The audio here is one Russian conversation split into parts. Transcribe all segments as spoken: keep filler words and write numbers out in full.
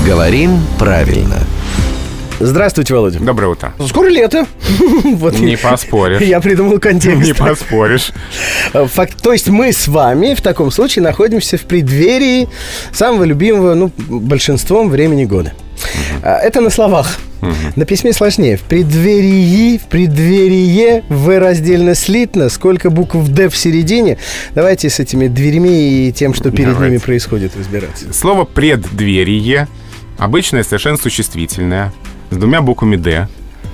Говорим правильно. Здравствуйте, Володя. Доброе утро. Скоро лето. Вот Не поспоришь. Я придумал контекст. Не поспоришь. Факт, то есть мы с вами в таком случае находимся в преддверии самого любимого, ну, большинством времени года. Uh-huh. Это на словах. Uh-huh. На письме сложнее. В преддверии, в преддверие, в раздельно слитно, сколько букв Д в середине. Давайте с этими дверями и тем, что перед Давайте. ними происходит, разбираться. Слово «преддверие» обычное совершенно существительное, с двумя буквами «Д».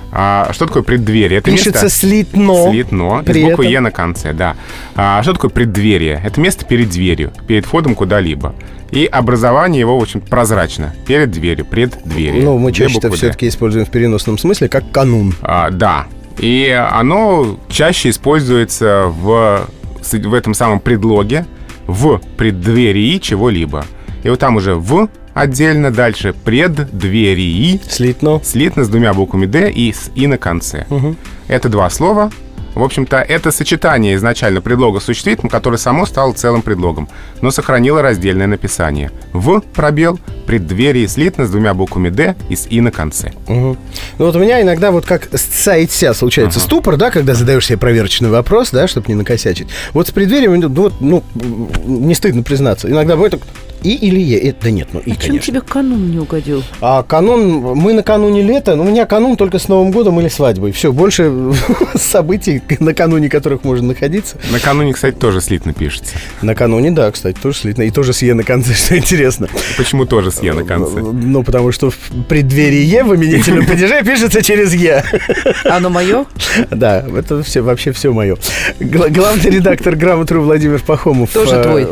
А что такое преддверие? Это Пишется место... слитно. Слитно, и с буквой «Е» на конце, да. А что такое преддверие? Это место перед дверью, перед входом куда-либо. И образование его очень прозрачно. Перед дверью, преддверие. Ну, мы чаще-то все-таки используем в переносном смысле, как канун. А, да. И оно чаще используется в, в этом самом предлоге, в преддверии чего-либо. И вот там уже «в» отдельно, дальше преддверии. Слитно. Слитно с двумя буквами «д» и с «и» на конце. Угу. Это два слова. В общем-то, это сочетание изначально предлога с существительным, которое само стало целым предлогом, но сохранило раздельное написание. В пробел, преддверие слитно с двумя буквами «д» и с «и» на конце. Угу. Ну вот у меня иногда вот как с «ца» и «ся» случается uh-huh. ступор, да, когда задаешь себе проверочный вопрос, да, чтобы не накосячить. Вот с преддверием, ну, вот, ну, не стыдно признаться. Иногда бывает так... И или Е? Да нет, ну и, а конечно. чем тебе канун не угодил? А канун... Мы накануне лета, но у меня канун только с Новым годом или свадьбой. Все, больше событий, накануне которых можно находиться. Накануне, кстати, тоже слитно пишется. Накануне, да, кстати, тоже слитно. И тоже с Е на конце, что интересно. Почему тоже с Е на конце? Ну, потому что в преддверии Е в именительном падеже пишется через Е. Оно мое? Да, это все, вообще все мое. Главный редактор «Грамотру» Владимир Пахомов. Тоже твой.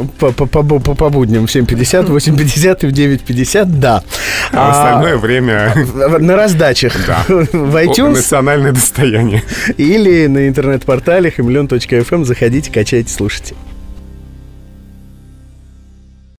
По будням в семь пятьдесят, восемь пятьдесят и в девять пятьдесят, да. А в остальное время... На раздачах. Да. В iTunes. Национальное достояние. Или на интернет-портале хамелеон точка эф эм. Заходите, качайте, слушайте.